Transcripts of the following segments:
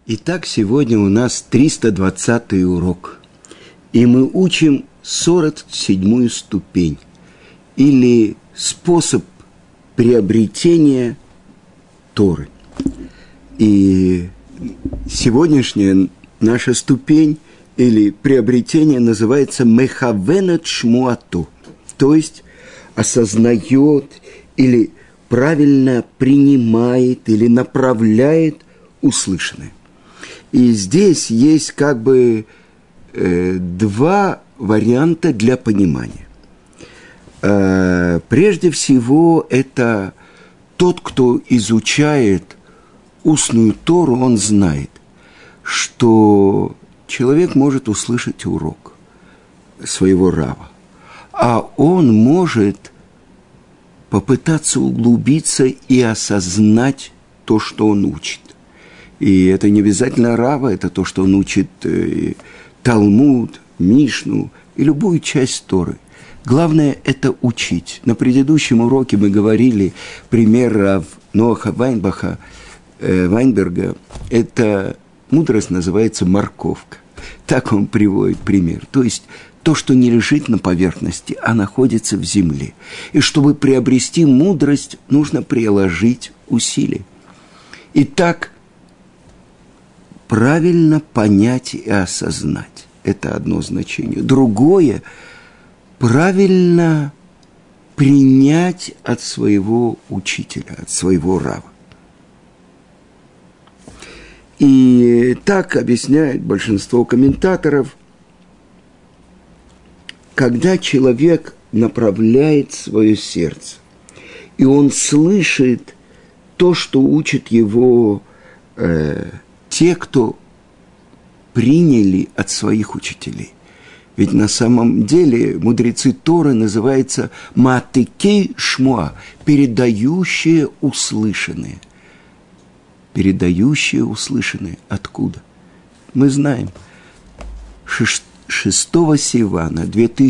Итак, сегодня у нас 320-й урок, и мы учим 47-ю ступень, или способ приобретения Торы. И сегодняшняя наша ступень или приобретение называется «мехавенет шмуату», то есть осознает или правильно принимает или направляет услышанное. И здесь есть как бы два варианта для понимания. Прежде всего, это тот, кто изучает устную Тору, он знает, что человек может услышать урок своего рава, а он может попытаться углубиться и осознать то, что он учит. И это не обязательно рава, это то, что он учит Талмуд, Мишну и любую часть Торы. Главное – это учить. На предыдущем уроке мы говорили пример Рав Ноаха Вайнберга. Эта мудрость называется морковка. Так он приводит пример. То есть то, что не лежит на поверхности, а находится в земле. И чтобы приобрести мудрость, нужно приложить усилия. Итак, правильно понять и осознать – это одно значение. Другое – правильно принять от своего учителя, от своего рава. И так объясняет большинство комментаторов, когда человек направляет свое сердце, и он слышит то, что учат его те, кто приняли от своих учителей. Ведь на самом деле мудрецы Торы называются «матыкей шмуа» – передающие услышанные. Передающие услышанные. Откуда? Мы знаем. 6 Сивана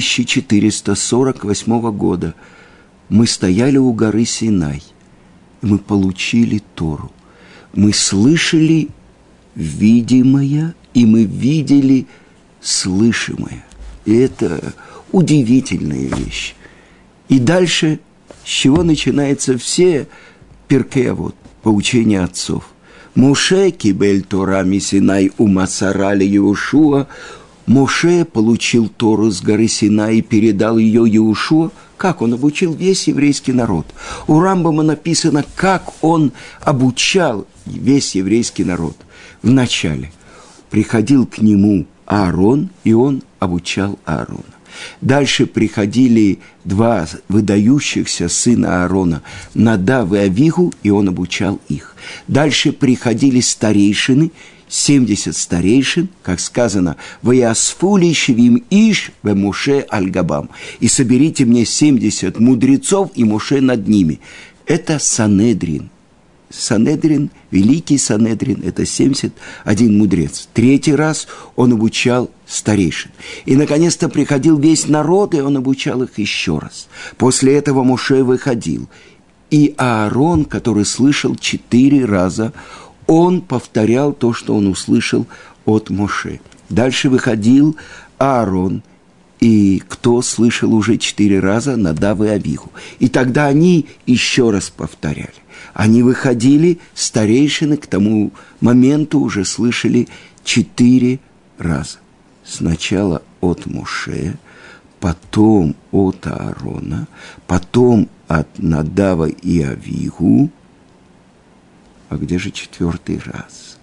2448 года мы стояли у горы Синай, и мы получили Тору. Мы слышали видимое, и мы видели слышимое. И это удивительная вещь. И дальше, с чего начинаются все перкей авот, поучения отцов. Моше кибель Тора мисинай умасарали Иешуа. Моше получил Тору с горы Синай и передал ее Иешуа. Как он обучил весь еврейский народ. У Рамбама написано, как он обучал весь еврейский народ. Вначале приходил к нему Аарон, и он обучал Аарона. Дальше приходили два выдающихся сына Аарона, Надав и Авигу, и он обучал их. Дальше приходили старейшины, 70 старейшин, как сказано, «Ваясфули шевим иш ве Моше аль-Габам», и соберите мне 70 мудрецов и Моше над ними. Это Санедрин. Санедрин, великий Санедрин, это 71 мудрец. Третий раз он обучал старейшин. И, наконец-то, приходил весь народ, и он обучал их еще раз. После этого Моше выходил. И Аарон, который слышал 4 раза, он повторял то, что он услышал от Моше. Дальше выходил Аарон, и кто слышал уже 4 раза, Надав и Авигу. И тогда они еще раз повторяли. Они выходили, старейшины к тому моменту уже слышали 4 раза. Сначала от Моше, потом от Аарона, потом от Надава и Авигу. А где же 4-й раз?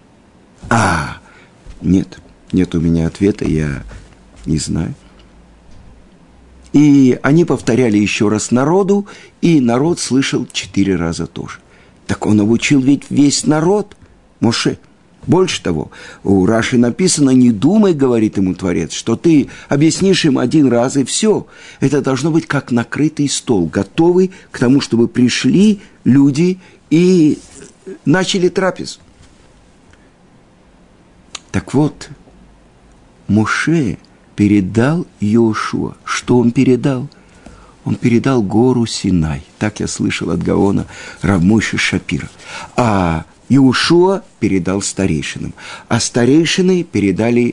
Нет у меня ответа, я не знаю. И они повторяли еще раз народу, и народ слышал 4 раза тоже. Так он обучил ведь весь народ, Моше. Больше того, у Раши написано, не думай, говорит ему Творец, что ты объяснишь им 1 раз, и все. Это должно быть как накрытый стол, готовый к тому, чтобы пришли люди и начали трапезу. Так вот, Моше передал Иешуа. Что он передал? Он передал гору Синай. Так я слышал от Гаона Рав Мойше Шапира. А Иешуа передал старейшинам, а старейшины передали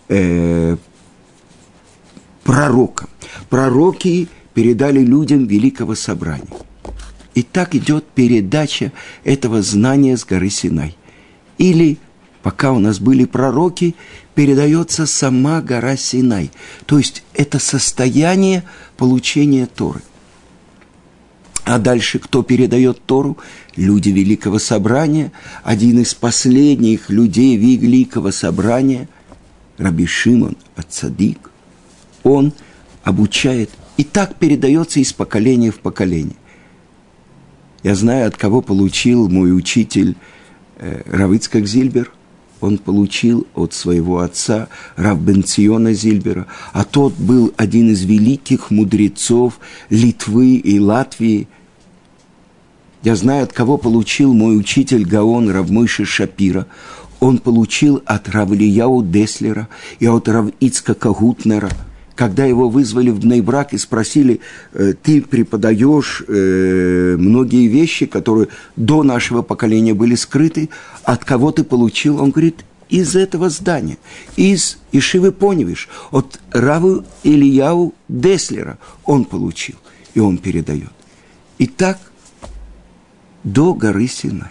пророкам. Пророки передали людям великого собрания. И так идет передача этого знания с горы Синай. Или, пока у нас были пророки, передается сама гора Синай. То есть это состояние получения Торы. А дальше кто передает Тору? Люди Великого Собрания. Один из последних людей Великого Собрания, Раби Шимон ат-Цадик, он обучает. И так передается из поколения в поколение. Я знаю, от кого получил мой учитель Рав Ицхак Зильбер. Он получил от своего отца Рав бен Циона Зильбера. А тот был один из великих мудрецов Литвы и Латвии. Я знаю, от кого получил мой учитель Гаон Рав Мойше Шапира. Он получил от Рав Ильяу Деслера и от Рав Ицхака Гутнера. Когда его вызвали в Бней-Брак и спросили: ты преподаешь многие вещи, которые до нашего поколения были скрыты, от кого ты получил? Он говорит: из этого здания, из Ешивы Поневиш, от Рава Ильяу Деслера он получил, и он передает. И так до горы Синай.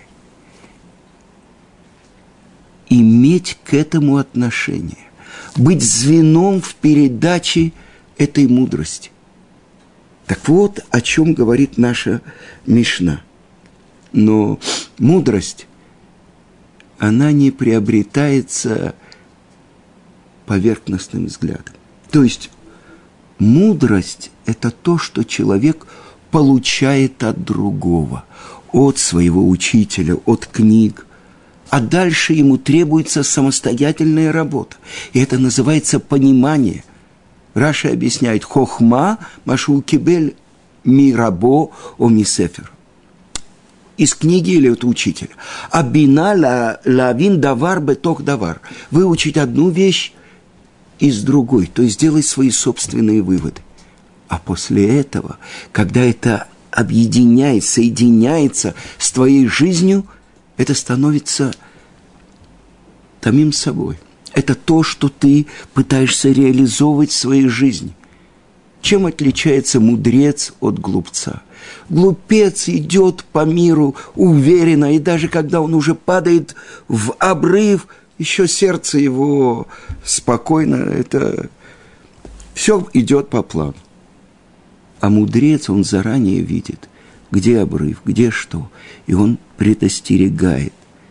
Иметь к этому отношение, быть звеном в передаче этой мудрости. Так вот, о чем говорит наша Мишна. Но мудрость, она не приобретается поверхностным взглядом. То есть мудрость – это то, что человек получает от другого, от своего учителя, от книг. А дальше ему требуется самостоятельная работа. И это называется понимание. Раши объясняет: хохма машу кибель мирабо о мисефер. Из книги или от учителя. А бина лавин давар бетох давар. Выучить одну вещь из другой. То есть делать свои собственные выводы. А после этого, когда это объединяется, соединяется с твоей жизнью, это становится самим собой. Это то, что ты пытаешься реализовывать в своей жизни. Чем отличается мудрец от глупца? Глупец идет по миру уверенно, и даже когда он уже падает в обрыв, еще сердце его спокойно, это все идет по плану. А мудрец, он заранее видит, где обрыв, где что, и он предостерегает.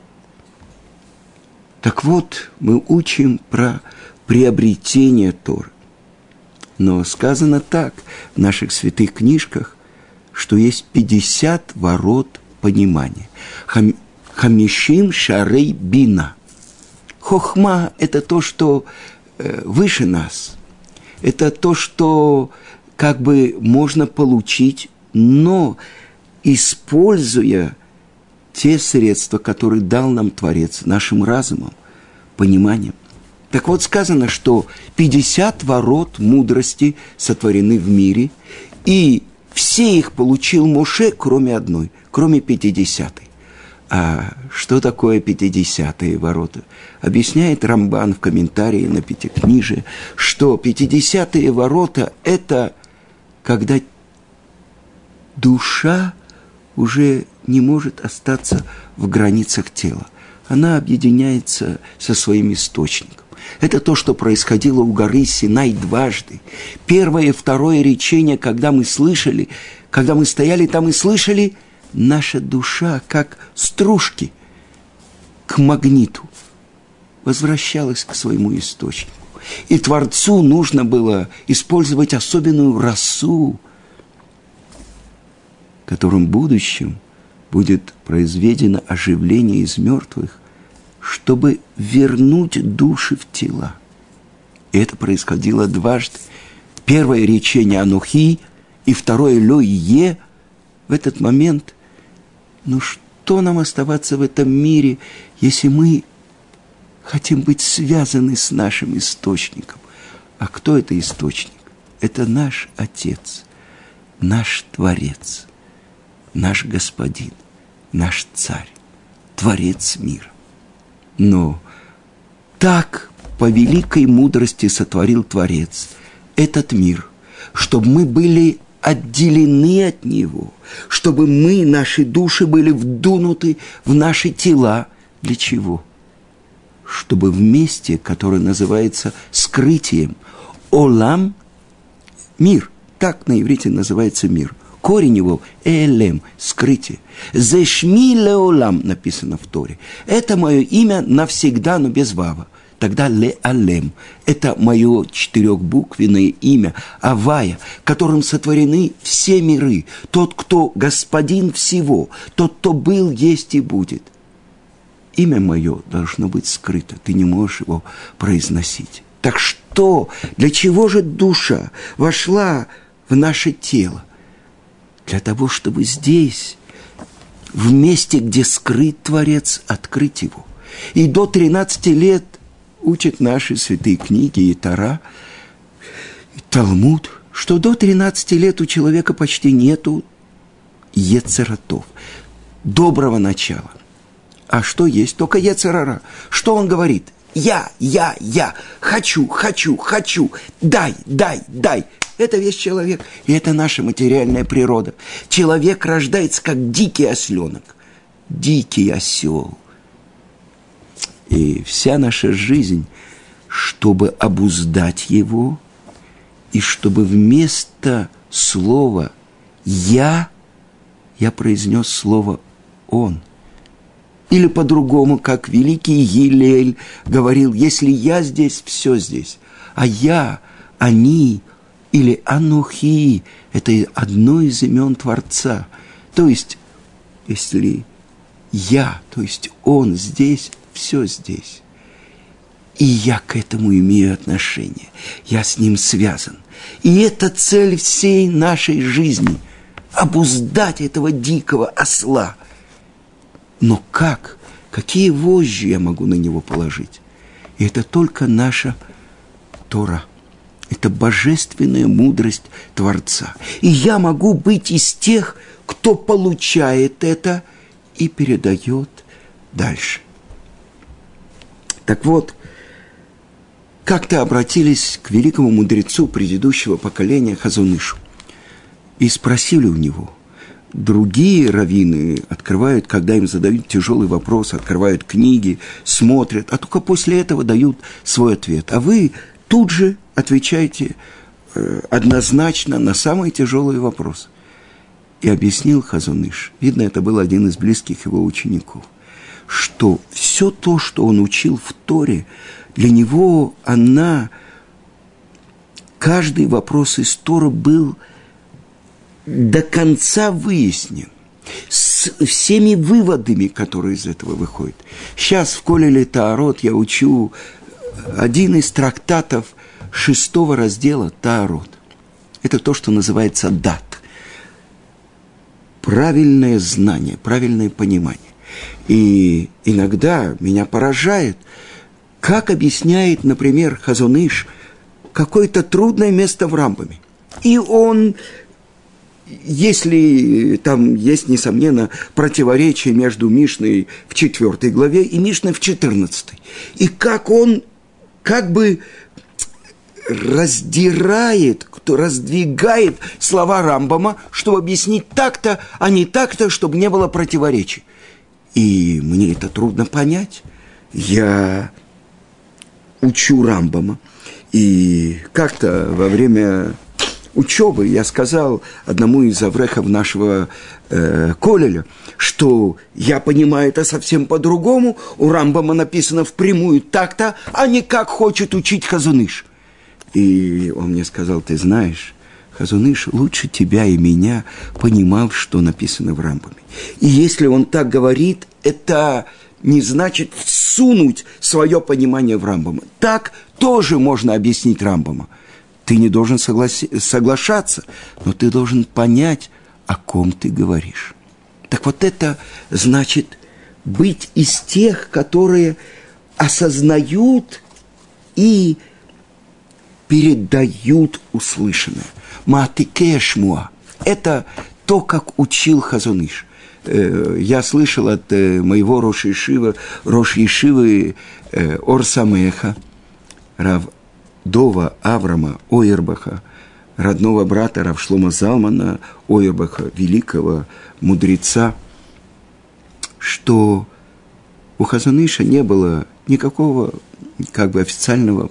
Так вот, мы учим про приобретение Торы. Но сказано так в наших святых книжках, что есть 50 ворот понимания. Хамишим шарей бина. Хохма – это то, что выше нас. Это то, что как бы можно получить, но используя те средства, которые дал нам Творец, нашим разумом, пониманием. Так вот, сказано, что 50 ворот мудрости сотворены в мире, и все их получил Моше, кроме одной, кроме 50-й. А что такое 50-е ворота? Объясняет Рамбан в комментарии на Пятикнижие, что 50-е ворота – это когда душа уже не может остаться в границах тела. Она объединяется со своим источником. Это то, что происходило у горы Синай дважды. Первое и второе речение, когда мы слышали, когда мы стояли там и слышали, наша душа, как стружки, к магниту, возвращалась к своему источнику. И Творцу нужно было использовать особенную росу, которым в будущем будет произведено оживление из мертвых, чтобы вернуть души в тела. И это происходило дважды. Первое речение Анухи и второе Ло-Ие. В этот момент, что нам оставаться в этом мире, если мы хотим быть связаны с нашим источником? А кто это источник? Это наш Отец, наш Творец, наш Господин, наш Царь. Творец мира. Но так по великой мудрости сотворил Творец этот мир, чтобы мы были отделены от Него, чтобы мы, наши души, были вдунуты в наши тела. Для чего? Чтобы в месте, которое называется скрытием, олам, мир, так на иврите называется мир, корень его элем, скрытие. Зешми леолам написано в Торе. Это мое имя навсегда, но без вава. Тогда ле-алем – это мое четырехбуквенное имя, Авая, которым сотворены все миры, тот, кто господин всего, тот, кто был, есть и будет. Имя мое должно быть скрыто, ты не можешь его произносить. Так что, для чего же душа вошла в наше тело? Для того, чтобы здесь, в месте, где скрыт Творец, открыть его. И до 13 лет учат наши святые книги и Тора, и Талмуд, что до 13 лет у человека почти нету ецератов, доброго начала. А что есть? Только ецерара. Что он говорит? Я, хочу, дай. Это весь человек, и это наша материальная природа. Человек рождается как дикий осленок, дикий осел. И вся наша жизнь, чтобы обуздать его, и чтобы вместо слова я произнес слово «он». Или по-другому, как великий Гилель говорил, если я здесь, все здесь, а я, они или анухи – это одно из имен Творца. То есть, если я, то есть он здесь, все здесь. И я к этому имею отношение. Я с ним связан. И это цель всей нашей жизни – обуздать этого дикого осла. Но как? Какие вожжи я могу на него положить? И это только наша Тора. Это божественная мудрость Творца. И я могу быть из тех, кто получает это и передает дальше. Так вот, как-то обратились к великому мудрецу предыдущего поколения Хазон Ишу и спросили у него. Другие раввины открывают, когда им задают тяжелый вопрос, открывают книги, смотрят, а только после этого дают свой ответ. А вы тут же отвечаете однозначно на самый тяжелый вопрос. И объяснил Хазон Иш, видно, это был один из близких его учеников, что все то, что он учил в Торе, для него каждый вопрос из Торы был до конца выяснен, с всеми выводами, которые из этого выходят. Сейчас в Колеле Таарот я учу один из трактатов 6 раздела Таарот. Это то, что называется дат. Правильное знание, правильное понимание. И иногда меня поражает, как объясняет, например, Хазон Иш какое-то трудное место в Рамбаме. И он, если там есть, несомненно, противоречие между Мишной в 4 главе и Мишной в 14, и как он как бы раздирает, раздвигает слова Рамбама, чтобы объяснить так-то, а не так-то, чтобы не было противоречий. И мне это трудно понять. Я учу Рамбама, и как-то во время учебы я сказал одному из аврехов нашего Колеля, что я понимаю это совсем по-другому, у Рамбама написано впрямую так-то, а не как хочет учить Хазон Иш. И он мне сказал, ты знаешь, Хазон Иш лучше тебя и меня понимал, что написано в Рамбаме. И если он так говорит, это не значит всунуть свое понимание в Рамбама. Так тоже можно объяснить Рамбама. Ты не должен соглашаться, но ты должен понять, о ком ты говоришь. Так вот это значит быть из тех, которые осознают и передают услышанное. Маатикея шмуа. Это то, как учил Хазон Иш. я слышал от моего Рош Ешивы Ор Самеха, Рав Дова Аврама Ойербаха, родного брата Рав Шломо Залмана Ойербаха, великого мудреца, что у Хазон Иша не было никакого официального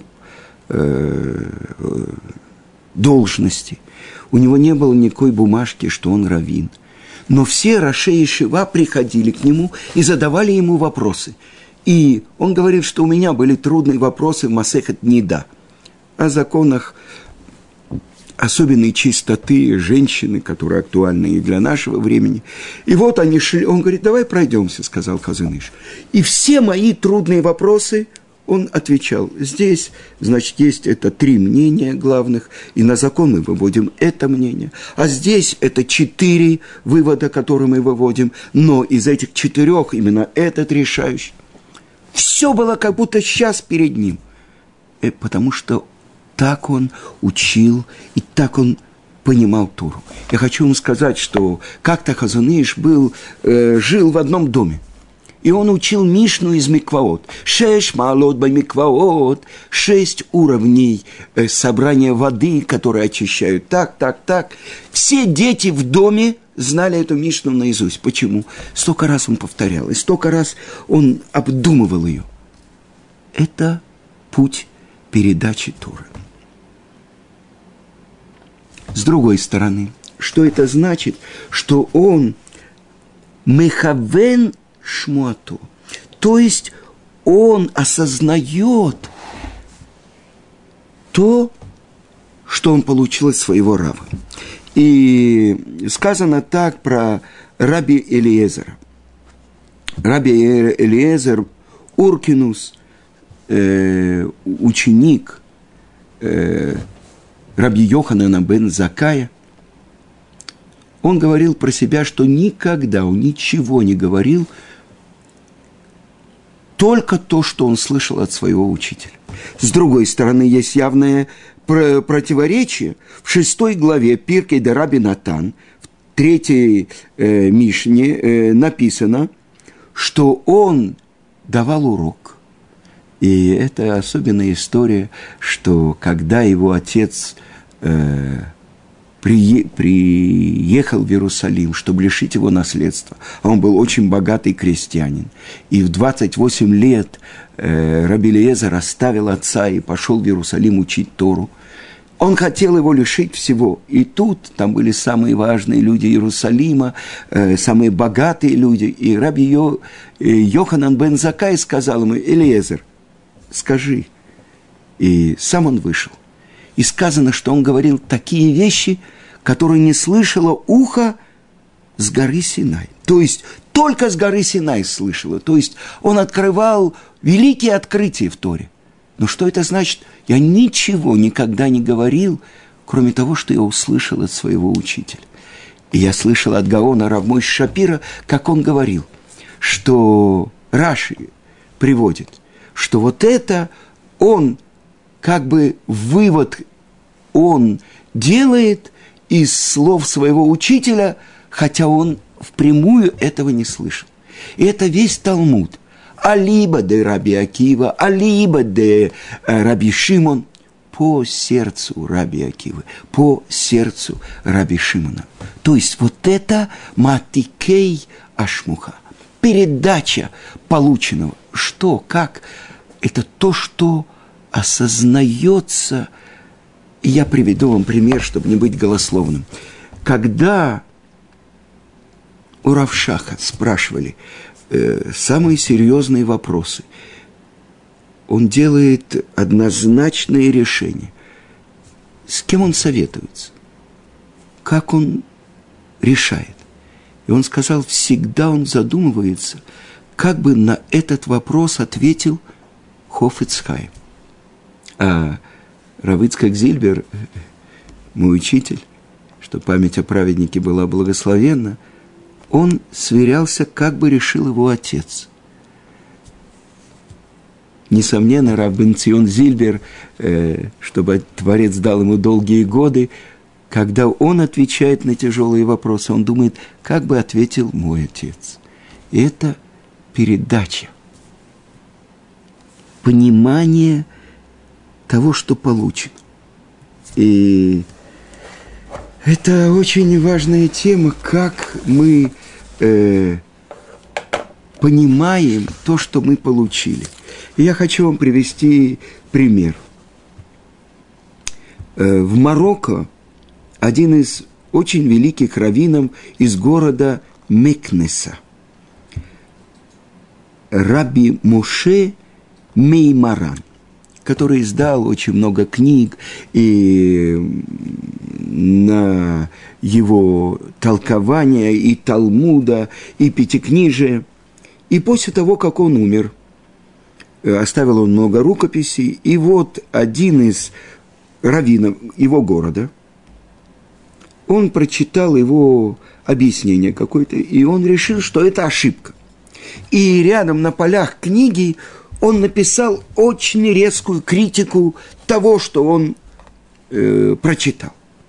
должности. У него не было никакой бумажки, что он раввин. Но все рашей Ешива приходили к нему и задавали ему вопросы. И он говорит, что у меня были трудные вопросы в Масехет Нида о законах особенной чистоты женщины, которые актуальны и для нашего времени. И вот они шли, он говорит, давай пройдемся, сказал Хазон Иш. И все мои трудные вопросы он отвечал. Здесь, значит, есть это 3 мнения главных, и на закон мы выводим это мнение. А здесь это 4 вывода, которые мы выводим, но из этих 4 именно этот решающий. Все было как будто сейчас перед ним, потому что так он учил, и так он понимал Тору. Я хочу вам сказать, что как-то Хазон Иш жил в одном доме, и он учил Мишну из Микваот. 6 маалот бамикваот, 6 уровней собрания воды, которые очищают так. Все дети в доме знали эту Мишну наизусть. Почему? Столько раз он повторял, и столько раз он обдумывал ее. Это путь передачи Торы. С другой стороны, что это значит? Что он мехавен шмуату, то есть он осознает то, что он получил от своего рава. И сказано так про Раби Элиезера. Раби Элиезер Уркинус, ученик Раби Йоханана бен Заккая, он говорил про себя, что никогда он ничего не говорил, только то, что он слышал от своего учителя. С другой стороны, есть явное противоречие. В 6 главе Пиркей де Раби Натан, в 3 Мишне написано, что он давал урок. И это особенная история, что когда его отец приехал в Иерусалим, чтобы лишить его наследства, а он был очень богатый крестьянин, и в 28 лет Раби Элиезер оставил отца и пошел в Иерусалим учить Тору, он хотел его лишить всего. И тут там были самые важные люди Иерусалима, самые богатые люди. И Раби Йоханан бен Заккай сказал ему: Элиезер, скажи. И сам он вышел. И сказано, что он говорил такие вещи, которые не слышало ухо с горы Синай. То есть только с горы Синай слышало. То есть он открывал великие открытия в Торе. Но что это значит? Я ничего никогда не говорил, кроме того, что я услышал от своего учителя. И я слышал от Гаона Рав Мойше Шапира, как он говорил, что Раши приводит, что вот это он как бы вывод он делает из слов своего учителя, хотя он впрямую этого не слышал. И это весь Талмуд. Алиба де Раби Акива, алиба де Раби Шимон, по сердцу Раби Акивы, по сердцу Раби Шимона. То есть вот это матикей ашмуха, передача полученного. Что, как? Это то, что осознается. И я приведу вам пример, чтобы не быть голословным. Когда у Рав Шаха спрашивали самые серьезные вопросы, он делает однозначные решения. С кем он советуется? Как он решает? И он сказал, всегда он задумывается, как бы на этот вопрос ответил Хофец Хаим. А Рав Ицхак Зильбер, мой учитель, что память о праведнике была благословенна, он сверялся, как бы решил его отец. Несомненно, Рав бен Цион Зильбер, чтобы Творец дал ему долгие годы, когда он отвечает на тяжелые вопросы, он думает, как бы ответил мой отец. И это передача, понимание того, что получено. И это очень важная тема, как мы понимаем то, что мы получили. И я хочу вам привести пример. В Марокко один из очень великих раввинов из города Мекнеса, Раби Моше Меймаран, который издал очень много книг, и на его толкование и Талмуда, и Пятикнижия. И после того, как он умер, оставил он много рукописей, и вот один из раввинов его города, он прочитал его объяснение какое-то, и он решил, что это ошибка. И рядом на полях книги он написал очень резкую критику того, что он прочитал.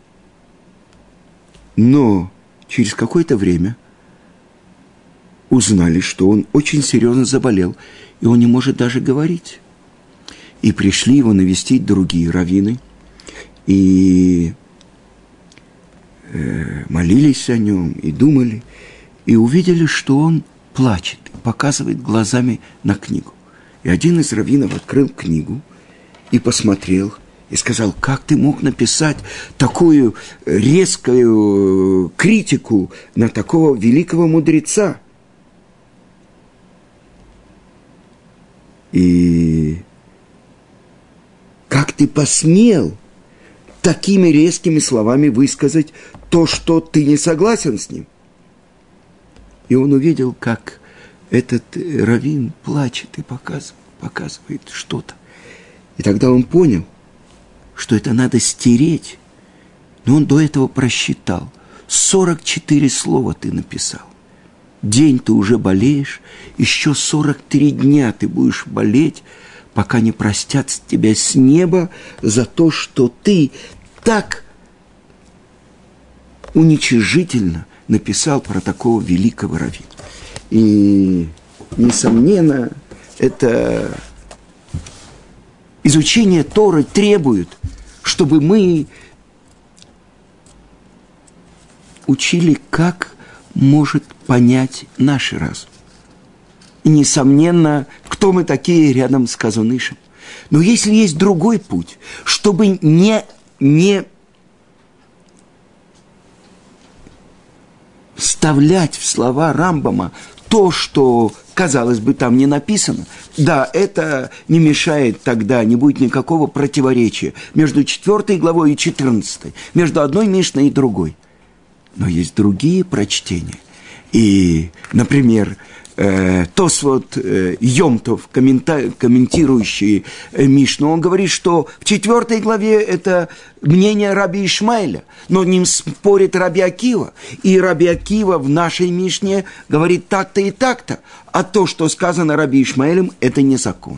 Но через какое-то время узнали, что он очень серьезно заболел, и он не может даже говорить. И пришли его навестить другие раввины, и молились о нем, и думали, и увидели, что он плачет, показывает глазами на книгу. И один из раввинов открыл книгу и посмотрел, и сказал, как ты мог написать такую резкую критику на такого великого мудреца? И как ты посмел такими резкими словами высказать то, что ты не согласен с ним? И он увидел, как этот раввин плачет и показывает что-то. И тогда он понял, что это надо стереть. Но он до этого просчитал. 44 слова ты написал. День ты уже болеешь, еще 43 дня ты будешь болеть, пока не простят тебя с неба за то, что ты так уничижительно написал про такого великого раввина. И, несомненно, это изучение Торы требует, чтобы мы учили, как может понять наш разум. И, несомненно, кто мы такие рядом с Хазон-Ишем. Но если есть другой путь, чтобы не вставлять в слова Рамбама то, что, казалось бы, там не написано, да, это не мешает тогда, не будет никакого противоречия между 4 главой и 14, между одной Мишной и другой. Но есть другие прочтения. И, например, Тосфот Йомтов, комментирующий Мишну, он говорит, что в 4 главе это мнение Раби Ишмаэля, но ним спорит Раби Акива. И Раби Акива в нашей Мишне говорит так-то и так-то. А то, что сказано Раби Ишмаэлем, это не закон.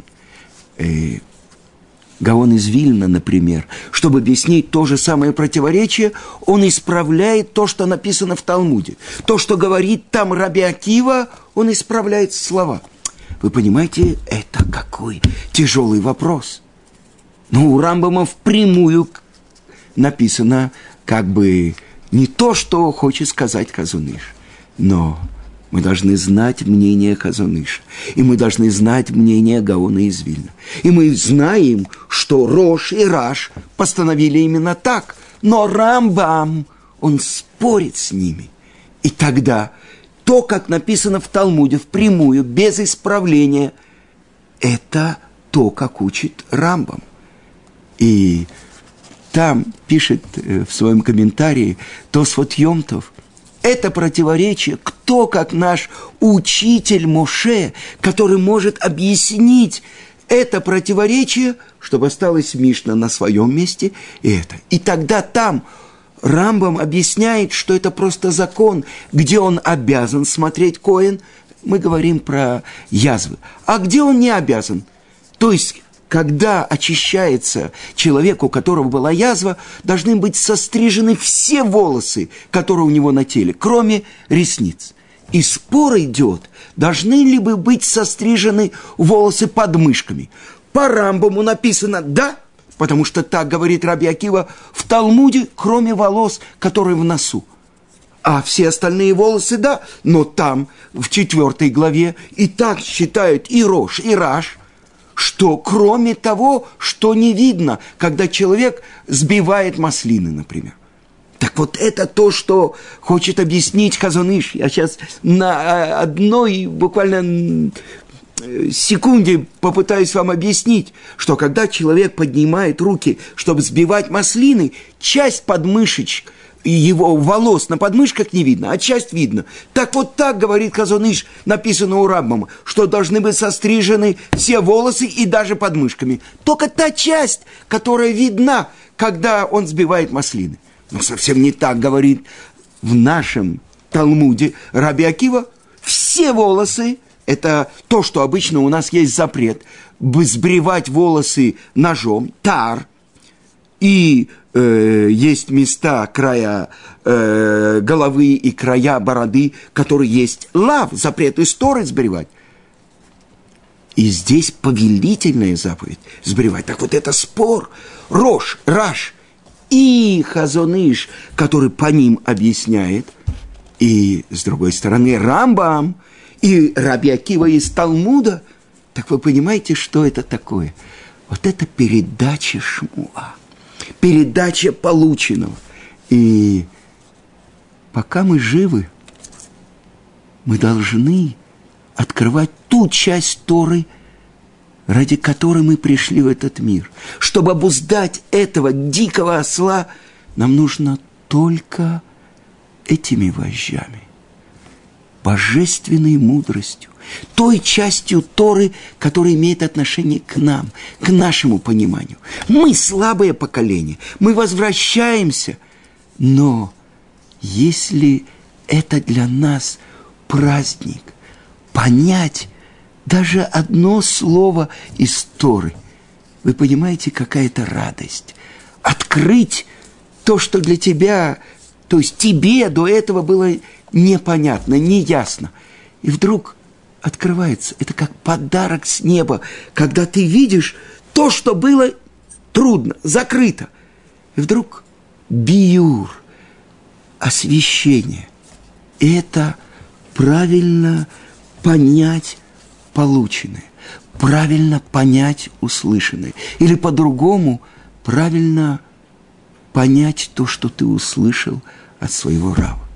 Гаон из Вильна, например, чтобы объяснить то же самое противоречие, он исправляет то, что написано в Талмуде. То, что говорит там Раби Акива, он исправляет слова. Вы понимаете, это какой тяжелый вопрос. Но у Рамбама впрямую написано как бы не то, что хочет сказать Хазон-Иш, но мы должны знать мнение Хазон-Иша, и мы должны знать мнение Гаона из Вильна. И мы знаем, что Рош и Раш постановили именно так, но Рамбам, он спорит с ними. И тогда то, как написано в Талмуде, впрямую, без исправления, это то, как учит Рамбам. И там пишет в своем комментарии Тосфот Йомтов, это противоречие, кто, как наш учитель Моше, который может объяснить это противоречие, чтобы осталась Мишна на своем месте, и это. И тогда там Рамбам объясняет, что это просто закон, где он обязан смотреть коэн, мы говорим про язвы, а где он не обязан. То есть когда очищается человек, у которого была язва, должны быть сострижены все волосы, которые у него на теле, кроме ресниц. И спор идет, должны ли бы быть сострижены волосы под мышками. По Рамбаму написано «да», потому что так говорит Раби Акива в Талмуде, кроме волос, которые в носу. А все остальные волосы, да, но там, в 4 главе, и так считают и Рош, и Раш, что кроме того, что не видно, когда человек сбивает маслины, например. Так вот это то, что хочет объяснить Хазон Иш. Я сейчас на одной буквально секунде попытаюсь вам объяснить, что когда человек поднимает руки, чтобы сбивать маслины, часть подмышечек, его волос на подмышках не видно, а часть видно. Так вот так говорит Хазон Иш, написано у Рамбама, что должны быть сострижены все волосы и даже подмышками. Только та часть, которая видна, когда он сбивает маслины. Но совсем не так говорит в нашем Талмуде Раби Акива. Все волосы, это то, что обычно у нас есть запрет, сбривать волосы ножом, тар, и есть места, края головы и края бороды, которые есть лав, запрет из Торы сбривать. И здесь повелительная заповедь сбривать. Так вот это спор. Рош, Раш и Хазон Иш, который по ним объясняет, и с другой стороны Рамбам, и Раби Акива из Талмуда. Так вы понимаете, что это такое? Вот это передача Шмуа. Передача полученного. И пока мы живы, мы должны открывать ту часть Торы, ради которой мы пришли в этот мир. Чтобы обуздать этого дикого осла, нам нужно только этими вожжами, божественной мудростью, той частью Торы, которая имеет отношение к нам, к нашему пониманию. Мы слабое поколение, мы возвращаемся, но если это для нас праздник, понять даже одно слово из Торы, вы понимаете, какая это радость. Открыть то, что для тебя, то есть тебе до этого было непонятно, неясно. И вдруг открывается. Это как подарок с неба, когда ты видишь то, что было трудно, закрыто. И вдруг биюр, освещение. И это правильно понять полученное, правильно понять услышанное. Или по-другому, правильно понять то, что ты услышал от своего рава.